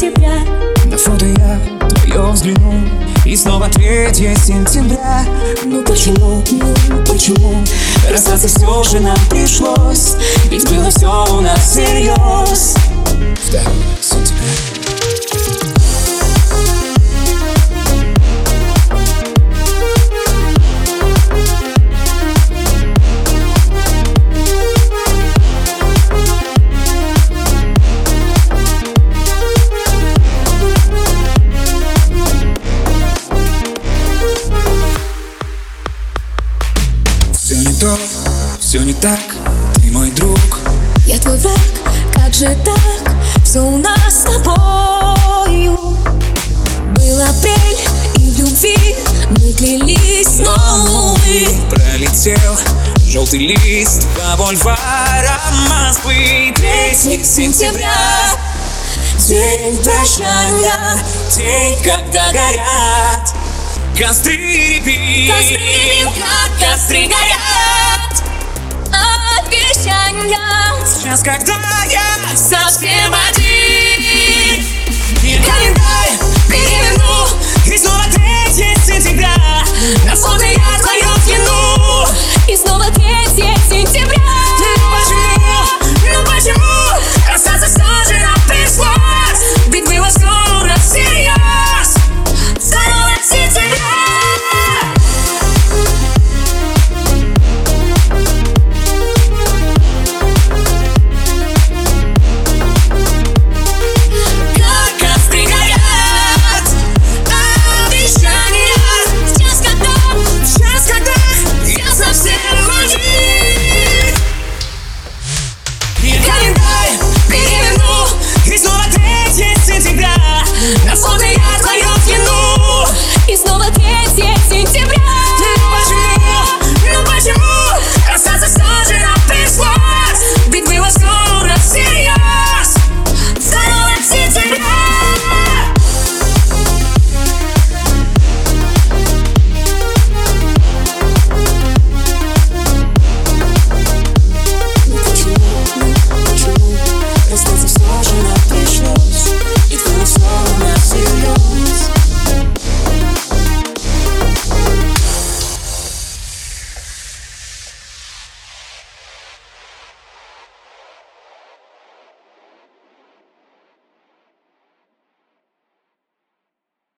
сентября. На фото я твое взглянул, и снова 3 сентября. Ну почему, Расстаться все же нам пришлось, ведь было все у нас всерьез. 2 сентября. Все не то, все не так, ты мой друг. я твой враг, как же так? Все у нас с тобою. Был апрель, и в любви мы клялись, но увы. Пролетел желтый лист по бульварам Москвы. 3 сентября, день прощания, день, когда горят костры рябин. Костры горят, обещания. Сейчас, когда я Совсем один. и Календарь перевернут.